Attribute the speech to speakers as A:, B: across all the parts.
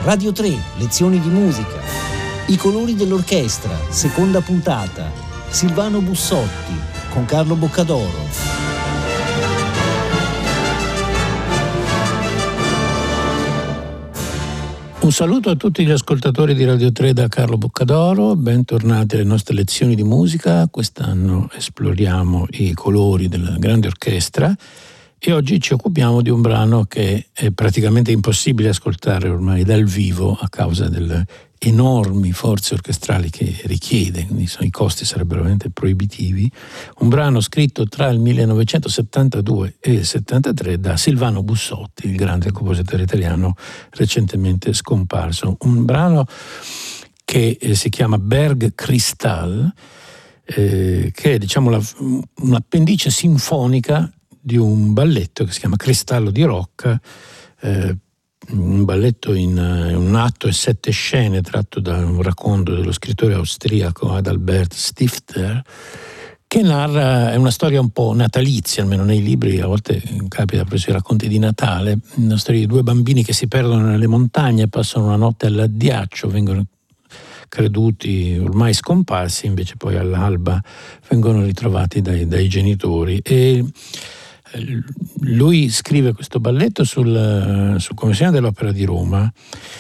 A: Radio 3, lezioni di musica. I colori dell'orchestra, seconda puntata. Silvano Bussotti con Carlo Boccadoro.
B: Un saluto a tutti gli ascoltatori di Radio 3 da Carlo Boccadoro, bentornati alle nostre lezioni di musica. Quest'anno esploriamo i colori della grande orchestra e oggi ci occupiamo di un brano che è praticamente impossibile ascoltare ormai dal vivo a causa delle enormi forze orchestrali che richiede, quindi i costi sarebbero veramente proibitivi. Un brano scritto tra il 1972 e il 73 da Silvano Bussotti, il grande compositore italiano recentemente scomparso. Un brano che si chiama Bergkristall, che è diciamo un'appendice sinfonica di un balletto che si chiama Cristallo di Rocca, un balletto in un atto e 7 scene tratto da un racconto dello scrittore austriaco Adalbert Stifter, che narra, è una storia un po' natalizia, almeno nei libri a volte capita presso i racconti di Natale, una storia di 2 bambini che si perdono nelle montagne, passano una notte all'addiaccio, vengono creduti ormai scomparsi, invece poi all'alba vengono ritrovati dai genitori. E lui scrive questo balletto su commissione dell'Opera di Roma,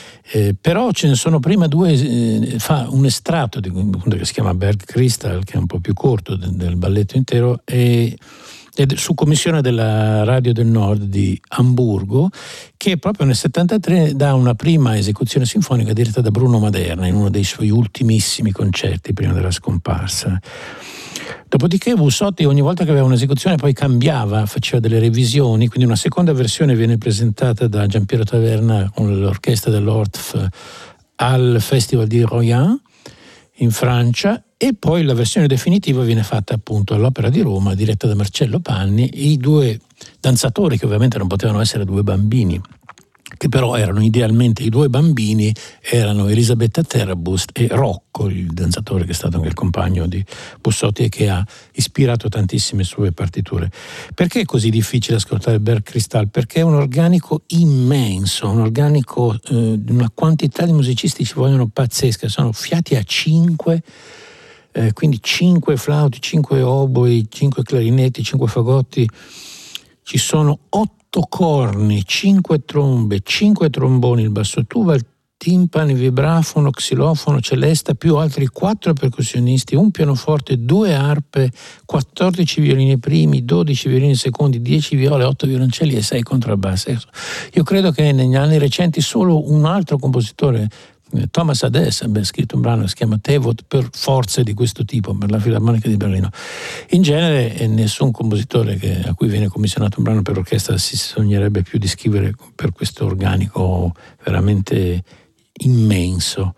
B: però ce ne sono prima 2, fa un estratto che si chiama Bergkristall, che è un po' più corto del balletto intero, e su commissione della Radio del Nord di Amburgo, che proprio nel 73 dà una prima esecuzione sinfonica diretta da Bruno Maderna in uno dei suoi ultimissimi concerti prima della scomparsa. Dopodiché Bussotti ogni volta che aveva un'esecuzione poi cambiava, faceva delle revisioni, quindi una seconda versione viene presentata da Giampiero Taverna con l'orchestra dell'Ortf al Festival di Royan in Francia, e poi la versione definitiva viene fatta appunto all'Opera di Roma diretta da Marcello Panni. I 2 danzatori, che ovviamente non potevano essere 2 bambini, che però erano idealmente i 2 bambini, erano Elisabetta Terabust e Rocco, il danzatore che è stato anche il compagno di Bussotti e che ha ispirato tantissime sue partiture. Perché è così difficile ascoltare Bergkristall? Perché è un organico immenso, un organico di una quantità di musicisti ci vogliono pazzesche, sono fiati a 5, quindi 5 flauti, 5 oboi, 5 clarinetti, 5 fagotti, ci sono 8 corni, 5 trombe, 5 tromboni, il basso tuba, il timpani, vibrafono, xilofono, celesta, più altri 4 percussionisti, un pianoforte, 2 arpe, 14 violini primi, 12 violini secondi, 10 viole, 8 violoncelli e 6 contrabbassi. Io credo che negli anni recenti solo un altro compositore, Thomas Adès, abbia scritto un brano che si chiama Tevot per forze di questo tipo per la Filarmonica di Berlino. In genere nessun compositore a cui viene commissionato un brano per orchestra si sognerebbe più di scrivere per questo organico veramente immenso.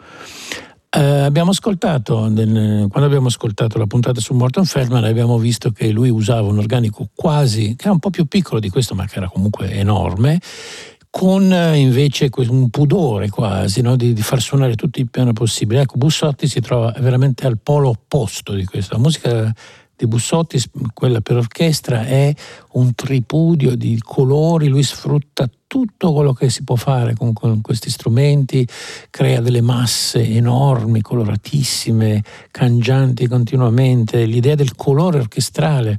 B: Abbiamo ascoltato, quando abbiamo ascoltato la puntata su Morton Feldman, abbiamo visto che lui usava un organico quasi, che era un po' più piccolo di questo ma che era comunque enorme, con invece un pudore quasi, no? di far suonare tutti i piani possibili. Ecco, Bussotti si trova veramente al polo opposto di questo. La musica di Bussotti, quella per orchestra, è un tripudio di colori, lui sfrutta tutto quello che si può fare con questi strumenti, crea delle masse enormi, coloratissime, cangianti continuamente, l'idea del colore orchestrale.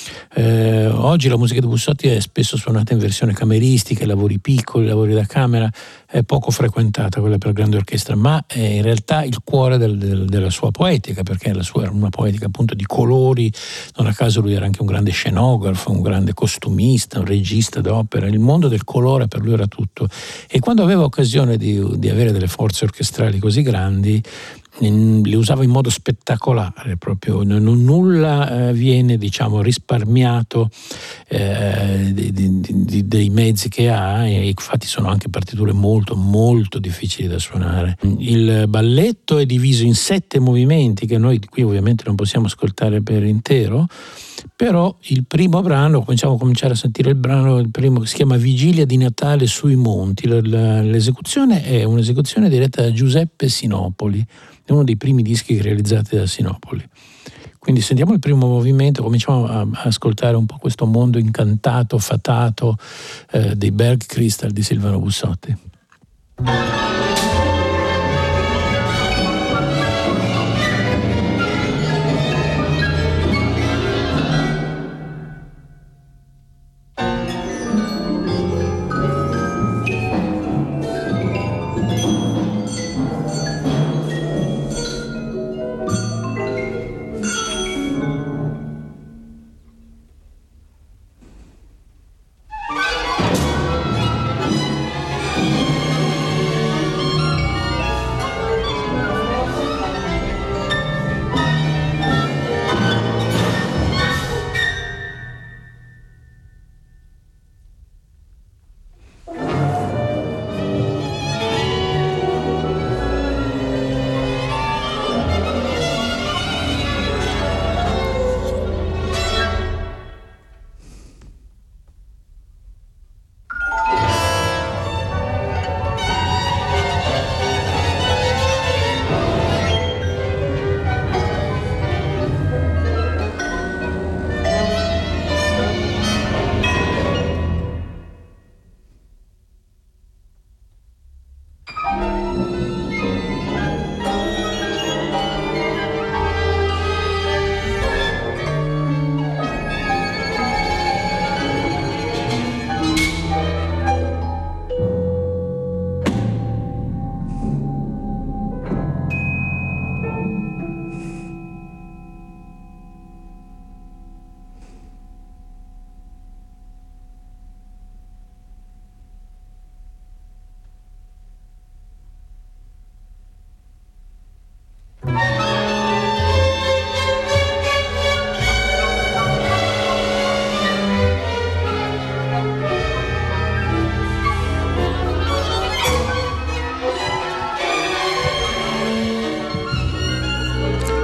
B: Oggi la musica di Bussotti è spesso suonata in versione cameristica, lavori piccoli, lavori da camera, è poco frequentata quella per grande orchestra, ma è in realtà il cuore della sua poetica, perché la sua era una poetica appunto di colori. Non a caso lui era anche un grande scenografo, un grande costumista, un regista d'opera. Il mondo del colore per lui era tutto, e quando aveva occasione di avere delle forze orchestrali così grandi le usava in modo spettacolare, proprio nulla viene risparmiato dei mezzi che ha, e infatti sono anche partiture molto molto difficili da suonare. Il balletto è diviso in 7 movimenti che noi qui ovviamente non possiamo ascoltare per intero, però il primo brano, possiamo cominciare a sentire il brano, il primo, che si chiama Vigilia di Natale sui monti. L'esecuzione è un'esecuzione diretta da Giuseppe Sinopoli, è uno dei primi dischi realizzati da Sinopoli. Quindi sentiamo il primo movimento, cominciamo a ascoltare un po' questo mondo incantato, fatato dei Bergkristall di Silvano Bussotti.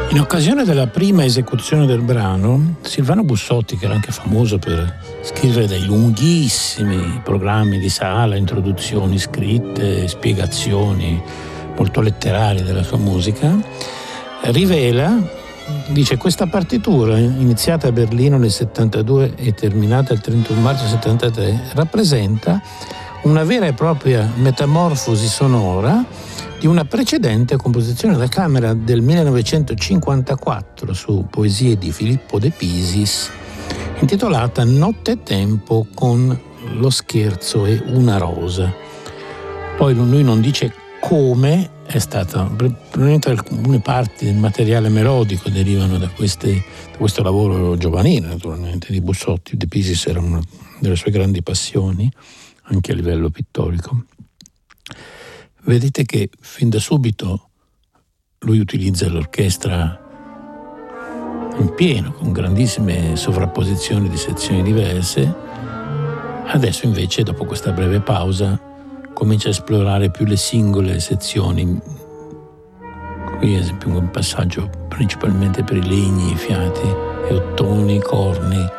B: In occasione della prima esecuzione del brano, Silvano Bussotti, che era anche famoso per scrivere dei lunghissimi programmi di sala, introduzioni scritte, spiegazioni molto letterarie della sua musica, dice: questa partitura, iniziata a Berlino nel 72 e terminata il 31 marzo 73, rappresenta una vera e propria metamorfosi sonora di una precedente composizione da camera del 1954 su poesie di Filippo De Pisis, intitolata Notte e tempo con lo scherzo e una rosa. Poi lui non dice come è stata, probabilmente alcune parti del materiale melodico derivano da questo lavoro giovanile, naturalmente, di Bussotti. De Pisis era una delle sue grandi passioni, anche a livello pittorico. Vedete che fin da subito lui utilizza l'orchestra in pieno, con grandissime sovrapposizioni di sezioni diverse. Adesso invece, dopo questa breve pausa, comincia a esplorare più le singole sezioni. Qui ad esempio un passaggio principalmente per i legni, i fiati, gli ottoni, i corni.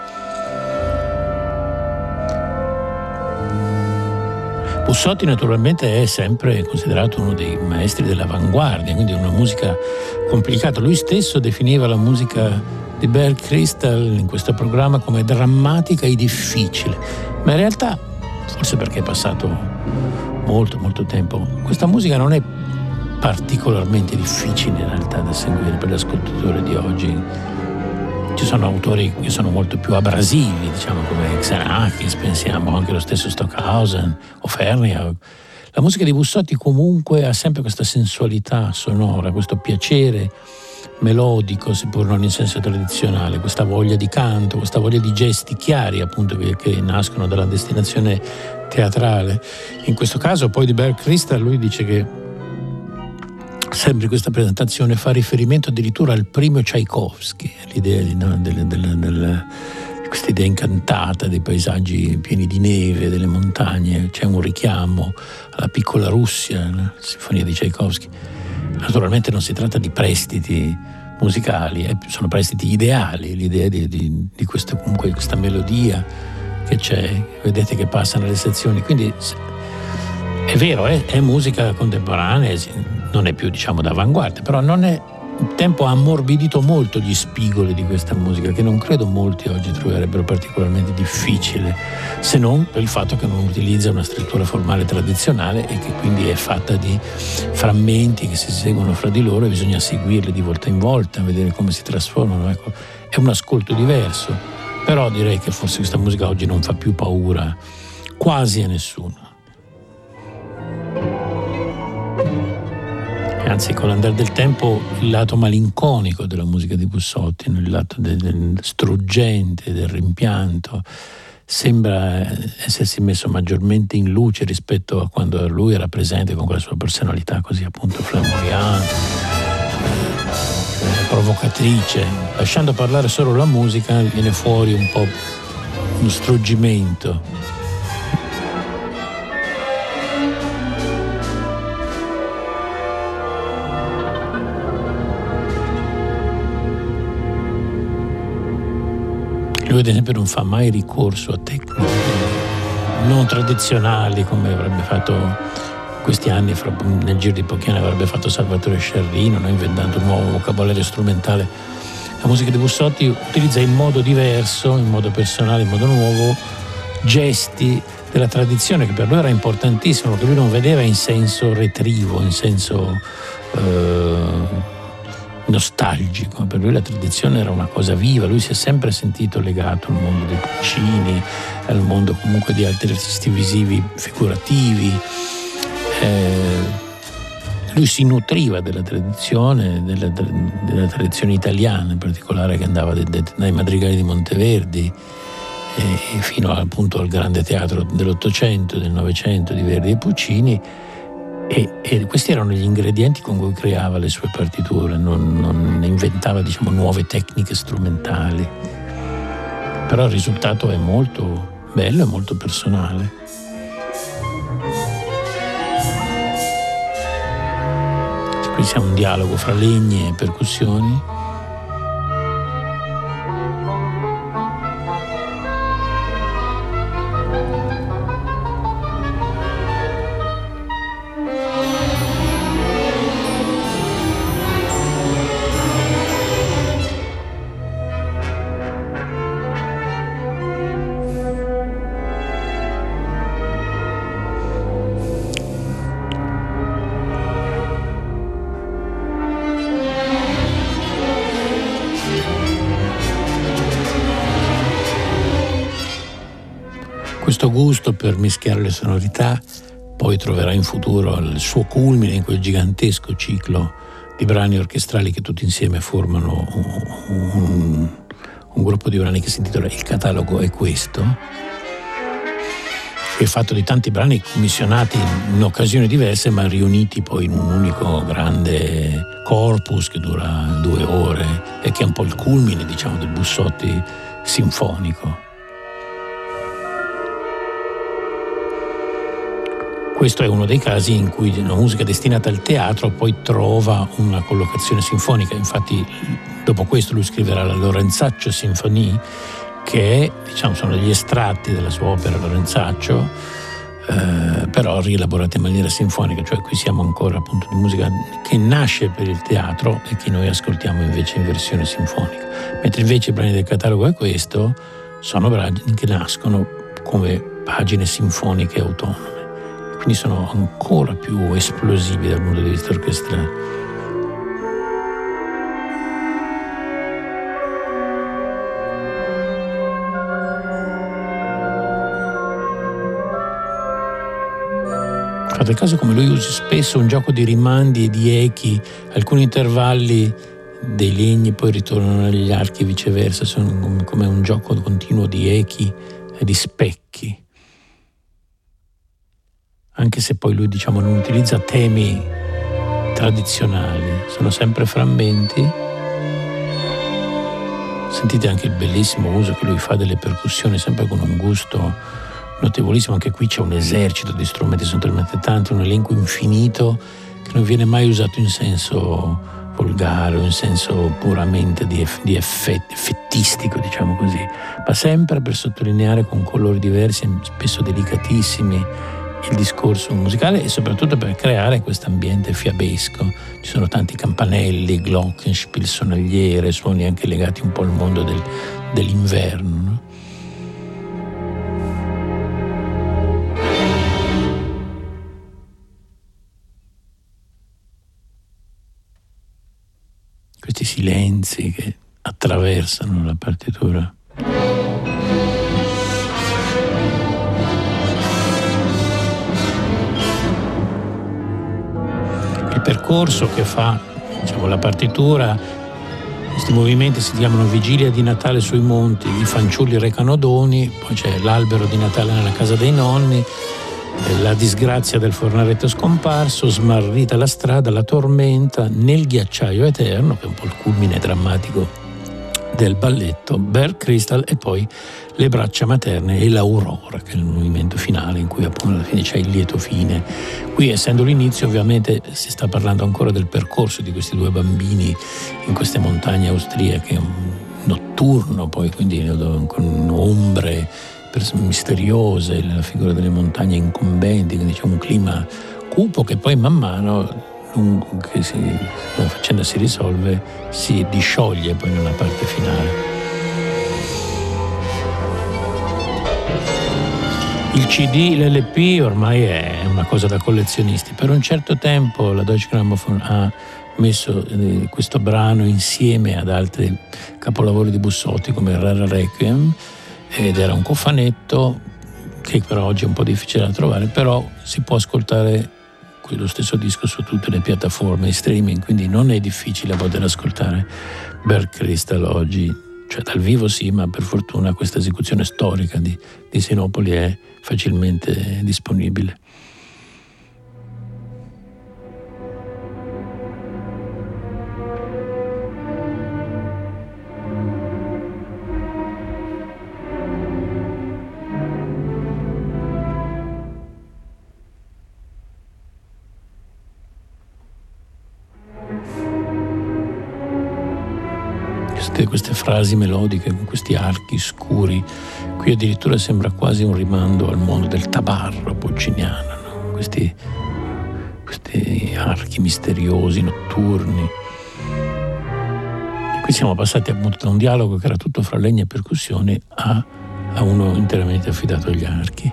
B: Bussotti naturalmente è sempre considerato uno dei maestri dell'avanguardia, quindi una musica complicata. Lui stesso definiva la musica di Bergkristall in questo programma come drammatica e difficile, ma in realtà, forse perché è passato molto tempo, questa musica non è particolarmente difficile in realtà da seguire per l'ascoltatore di oggi. Ci sono autori che sono molto più abrasivi, diciamo, come Xenakis, pensiamo anche lo stesso Stockhausen o Ferney. La musica di Bussotti comunque ha sempre questa sensualità sonora, questo piacere melodico, seppur non in senso tradizionale, questa voglia di canto, questa voglia di gesti chiari, appunto, che nascono dalla destinazione teatrale. In questo caso poi di Bergkristall lui dice che sempre questa presentazione fa riferimento addirittura al primo Tchaikovsky, l'idea di questa idea incantata dei paesaggi pieni di neve, delle montagne. C'è un richiamo alla piccola Russia, la sinfonia di Tchaikovsky. Naturalmente non si tratta di prestiti musicali, sono prestiti ideali, l'idea di questo, comunque, questa melodia che c'è, vedete che passa nelle sezioni. Quindi è vero, è musica contemporanea, non è più, diciamo, d'avanguardia, però il tempo ha ammorbidito molto gli spigoli di questa musica, che non credo molti oggi troverebbero particolarmente difficile, se non per il fatto che non utilizza una scrittura formale tradizionale e che quindi è fatta di frammenti che si seguono fra di loro e bisogna seguirli di volta in volta, vedere come si trasformano. Ecco, è un ascolto diverso, però direi che forse questa musica oggi non fa più paura quasi a nessuno. Anzi, con l'andare del tempo, il lato malinconico della musica di Bussotti, il lato del struggente, del rimpianto, sembra essersi messo maggiormente in luce rispetto a quando lui era presente con quella sua personalità così, appunto, flamboyante, provocatrice. Lasciando parlare solo la musica viene fuori un po' uno struggimento. Lui ad esempio non fa mai ricorso a tecniche non tradizionali come avrebbe fatto questi anni, nel giro di pochi anni avrebbe fatto Salvatore Sciarrino, no? Inventando un nuovo vocabolario strumentale. La musica di Bussotti utilizza in modo diverso, in modo personale, in modo nuovo, gesti della tradizione che per lui era importantissimo, perché lui non vedeva in senso retrivo, in senso nostalgico. Per lui la tradizione era una cosa viva, lui si è sempre sentito legato al mondo dei Puccini, al mondo comunque di altri artisti visivi figurativi. Lui si nutriva della tradizione, della tradizione italiana in particolare, che andava dai madrigali di Monteverdi e fino appunto al grande teatro dell'Ottocento, del Novecento di Verdi e Puccini. E questi erano gli ingredienti con cui creava le sue partiture, non inventava, diciamo, nuove tecniche strumentali. Però il risultato è molto bello e molto personale. Qui siamo un dialogo fra legni e percussioni. Questo gusto per mischiare le sonorità poi troverà in futuro il suo culmine in quel gigantesco ciclo di brani orchestrali che tutti insieme formano un gruppo di brani che si intitola Il catalogo è questo, che è fatto di tanti brani commissionati in occasioni diverse ma riuniti poi in un unico grande corpus che dura 2 ore e che è un po' il culmine, diciamo, del Bussotti sinfonico. Questo è uno dei casi in cui una musica destinata al teatro poi trova una collocazione sinfonica. Infatti dopo questo lui scriverà la Lorenzaccio Sinfonie, che è, diciamo, sono degli estratti della sua opera Lorenzaccio, però rielaborati in maniera sinfonica, cioè qui siamo ancora appunto di musica che nasce per il teatro e che noi ascoltiamo invece in versione sinfonica. Mentre invece i brani del catalogo è questo, sono brani che nascono come pagine sinfoniche autonome. Quindi sono ancora più esplosivi dal punto di vista orchestrale. Fate caso come lui usi spesso un gioco di rimandi e di echi, alcuni intervalli dei legni poi ritornano agli archi e viceversa, sono come un gioco continuo di echi e di specchi. Anche se poi lui, diciamo, non utilizza temi tradizionali, sono sempre frammenti. Sentite anche il bellissimo uso che lui fa delle percussioni, sempre con un gusto notevolissimo. Anche qui c'è un esercito di strumenti, sono talmente tanti, un elenco infinito che non viene mai usato in senso volgare o in senso puramente di effettistico, diciamo così, ma sempre per sottolineare con colori diversi, spesso delicatissimi, il discorso musicale e soprattutto per creare questo ambiente fiabesco. Ci sono tanti campanelli, glockenspiel, sonagliere, suoni anche legati un po' al mondo dell'inverno, no? Questi silenzi che attraversano la partitura. Il percorso che fa, diciamo, la partitura, questi movimenti si chiamano Vigilia di Natale sui monti, i fanciulli recano doni, poi c'è l'albero di Natale nella casa dei nonni, la disgrazia del fornaretto scomparso, smarrita la strada, la tormenta, nel ghiacciaio eterno, che è un po' il culmine drammatico del balletto, Berg Crystal, e poi le braccia materne e l'Aurora, che è il movimento finale in cui appunto alla fine c'è il lieto fine. Qui, essendo l'inizio, ovviamente si sta parlando ancora del percorso di questi 2 bambini in queste montagne austriache, notturno poi, quindi con ombre misteriose, la figura delle montagne incombenti, quindi c'è un clima cupo che poi man mano che la faccenda si risolve, si discioglie poi nella parte finale. Il CD, l'LP ormai è una cosa da collezionisti. Per un certo tempo la Deutsche Grammophon ha messo questo brano insieme ad altri capolavori di Bussotti come Rara Requiem, ed era un cofanetto che però oggi è un po' difficile da trovare, però si può ascoltare lo stesso disco su tutte le piattaforme di streaming, quindi non è difficile poter ascoltare Berg Crystal oggi, cioè dal vivo sì, ma per fortuna questa esecuzione storica di Sinopoli è facilmente disponibile. Queste frasi melodiche con questi archi scuri, qui addirittura sembra quasi un rimando al mondo del tabarro pucciniano, no? Questi archi misteriosi, notturni. E qui siamo passati appunto da un dialogo che era tutto fra legna e percussioni a uno interamente affidato agli archi.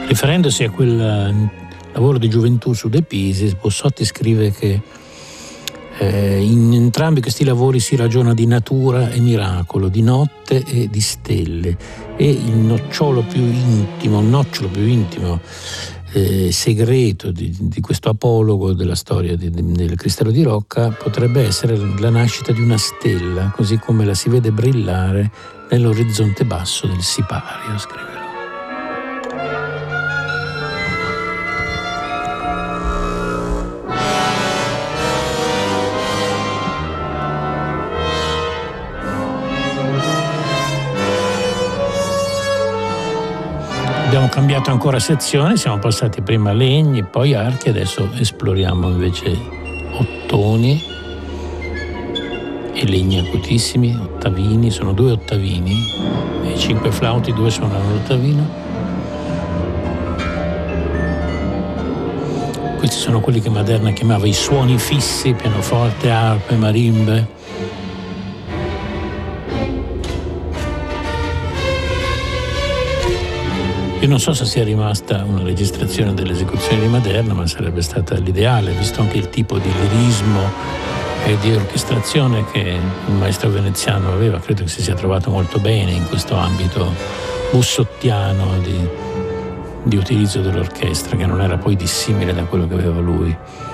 B: Riferendosi a quel lavoro di gioventù su De Pisis, Bussotti scrive che in entrambi questi lavori si ragiona di natura e miracolo, di notte e di stelle, e il nocciolo più intimo, segreto di questo apologo della storia del Cristallo di Rocca potrebbe essere la nascita di una stella, così come la si vede brillare nell'orizzonte basso del sipario, scrive. Abbiamo cambiato ancora sezione, siamo passati prima a legni, poi archi, adesso esploriamo invece ottoni e legni acutissimi, ottavini, sono 2 ottavini, e 5 flauti, 2 suonano l'ottavino. Questi sono quelli che Maderna chiamava i suoni fissi, pianoforte, arpe, marimbe. Io non so se sia rimasta una registrazione delle esecuzioni di Maderna, ma sarebbe stata l'ideale, visto anche il tipo di lirismo e di orchestrazione che il maestro veneziano aveva. Credo che si sia trovato molto bene in questo ambito bussottiano di utilizzo dell'orchestra, che non era poi dissimile da quello che aveva lui.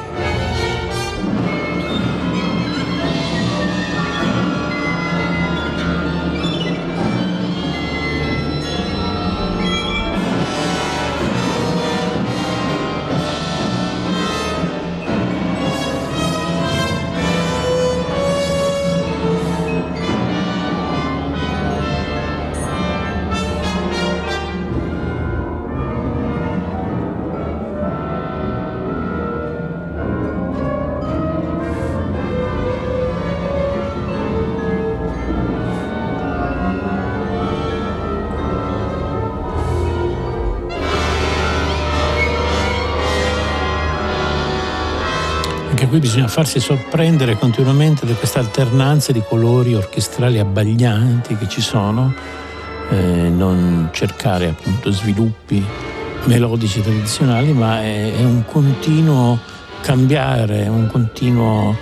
B: Qui bisogna farsi sorprendere continuamente da questa alternanza di colori orchestrali abbaglianti che ci sono, non cercare appunto sviluppi melodici tradizionali, ma è un continuo cambiare, una continua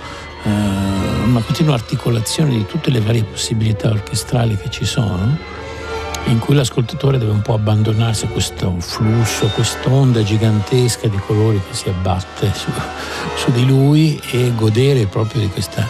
B: articolazione di tutte le varie possibilità orchestrali che ci sono, in cui l'ascoltatore deve un po' abbandonarsi a questo flusso, quest'onda gigantesca di colori che si abbatte su di lui e godere proprio di questa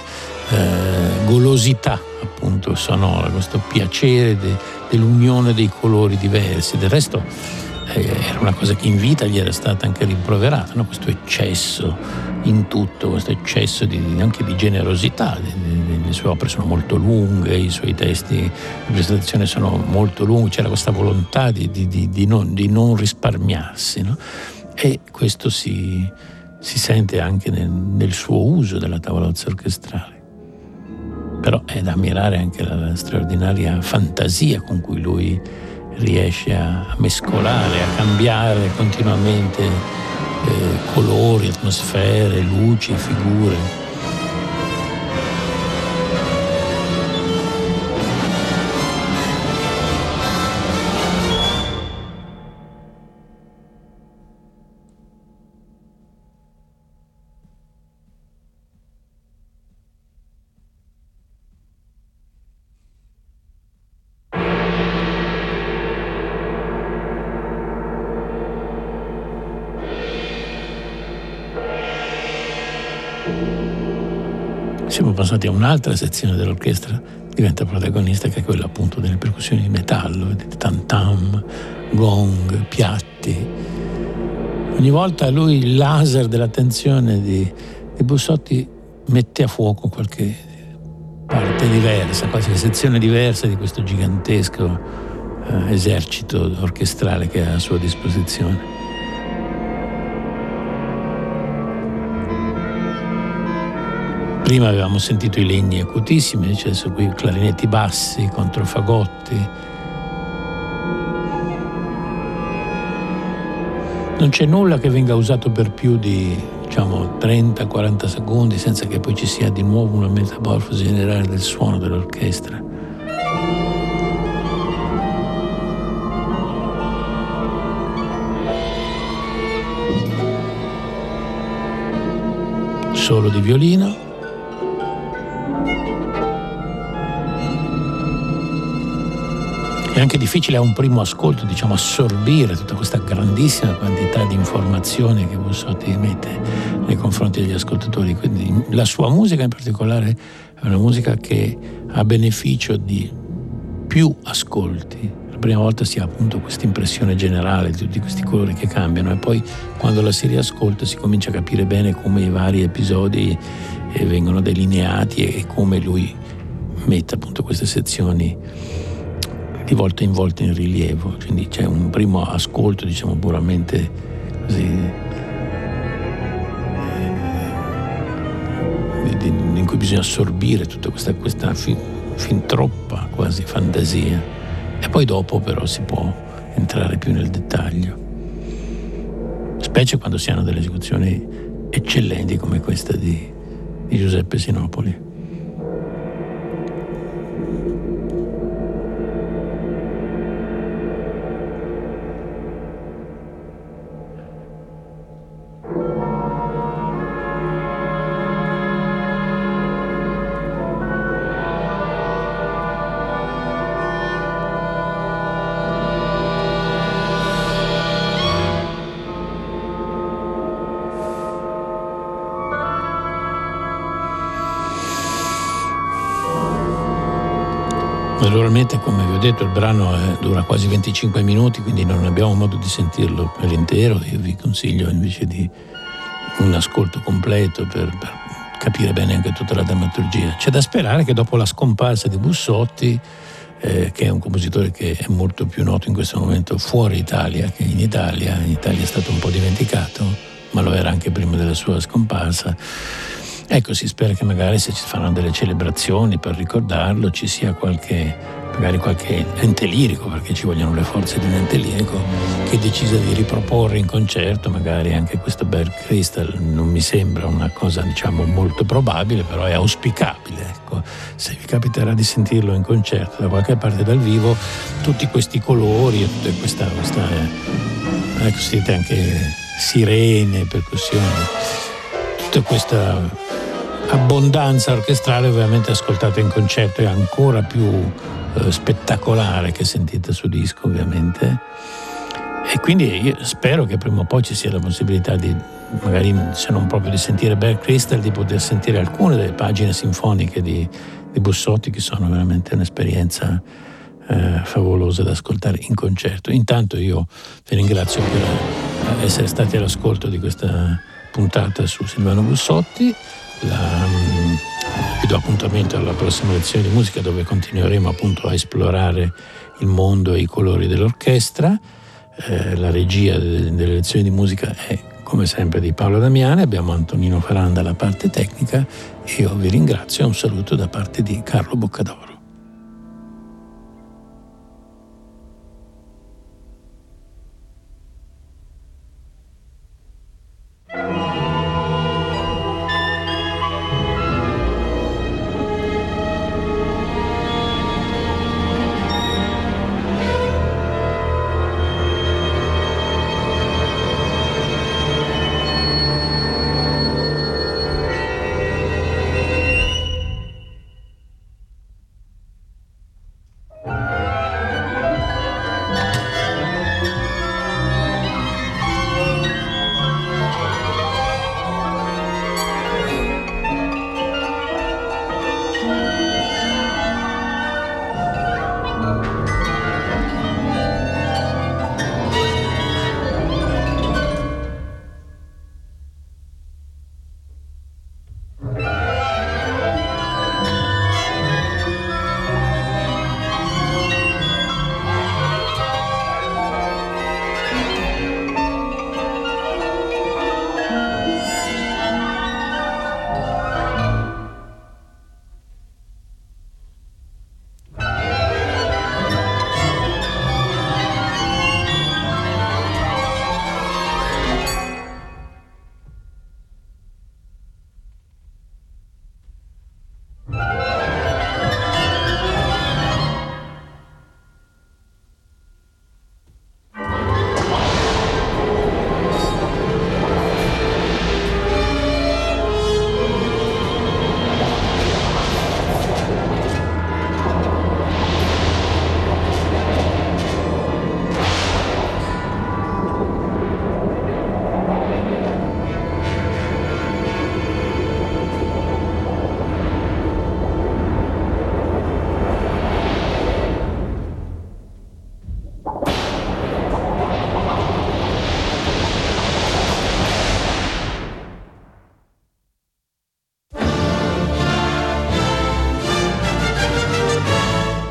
B: golosità appunto sonora, questo piacere dell'unione dei colori diversi. Del resto era una cosa che in vita gli era stata anche rimproverata, no? Questo eccesso in tutto, questo eccesso anche di generosità. Le sue opere sono molto lunghe, i suoi testi di presentazione sono molto lunghi, c'era questa volontà di non risparmiarsi, no? E questo si sente anche nel suo uso della tavolozza orchestrale. Però è da ammirare anche la straordinaria fantasia con cui lui riesce a mescolare, a cambiare continuamente colori, atmosfere, luci, figure. Siamo passati a un'altra sezione dell'orchestra, diventa protagonista, che è quella appunto delle percussioni di metallo, tam-tam, gong, piatti. Ogni volta lui il laser dell'attenzione di Bussotti mette a fuoco qualche parte diversa, qualche sezione diversa di questo gigantesco esercito orchestrale che ha a sua disposizione. Prima avevamo sentito i legni acutissimi, adesso qui clarinetti bassi, controfagotti. Non c'è nulla che venga usato per più di 30-40 secondi senza che poi ci sia di nuovo una metamorfosi generale del suono dell'orchestra. solo di violino. È anche difficile a un primo ascolto, diciamo, assorbire tutta questa grandissima quantità di informazioni che Bussotti mette nei confronti degli ascoltatori. Quindi la sua musica in particolare è una musica che ha beneficio di più ascolti. La prima volta si ha appunto questa impressione generale di tutti questi colori che cambiano, e poi quando la si riascolta si comincia a capire bene come i vari episodi vengono delineati e come lui mette appunto queste sezioni di volta in rilievo. Quindi c'è un primo ascolto, diciamo, puramente così, in cui bisogna assorbire tutta questa fin troppa quasi fantasia, e poi dopo però si può entrare più nel dettaglio, specie quando si hanno delle esecuzioni eccellenti come questa di Giuseppe Sinopoli. Naturalmente, come vi ho detto, il brano dura quasi 25 minuti, quindi non abbiamo modo di sentirlo per intero. Io vi consiglio invece di un ascolto completo per capire bene anche tutta la drammaturgia. C'è da sperare che dopo la scomparsa di Bussotti, che è un compositore che è molto più noto in questo momento fuori Italia che in Italia è stato un po' dimenticato, ma lo era anche prima della sua scomparsa. Ecco, si spera che magari, se ci faranno delle celebrazioni per ricordarlo, ci sia magari qualche ente lirico, perché ci vogliono le forze di un ente lirico, che decisa di riproporre in concerto magari anche questo Bergkristall. Non mi sembra una cosa, diciamo, molto probabile, però è auspicabile. Ecco, se vi capiterà di sentirlo in concerto da qualche parte dal vivo, tutti questi colori e tutta questa ecco, sentite anche sirene, percussioni, tutta questa abbondanza orchestrale, ovviamente ascoltata in concerto è ancora più spettacolare che sentita su disco, ovviamente. E quindi io spero che prima o poi ci sia la possibilità di, magari se non proprio di sentire Bergkristall, di poter sentire alcune delle pagine sinfoniche di Bussotti, che sono veramente un'esperienza favolosa da ascoltare in concerto. Intanto io vi ringrazio per essere stati all'ascolto di questa puntata su Silvano Bussotti. Vi do appuntamento alla prossima lezione di musica, dove continueremo appunto a esplorare il mondo e i colori dell'orchestra. La regia delle lezioni di musica è come sempre di Paolo Damiani, abbiamo Antonino Ferranda alla parte tecnica. Io vi ringrazio e un saluto da parte di Carlo Boccadoro.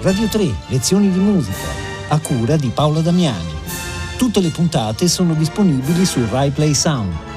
A: Radio 3, lezioni di musica, a cura di Paola Damiani. Tutte le puntate sono disponibili su Rai Play Sound.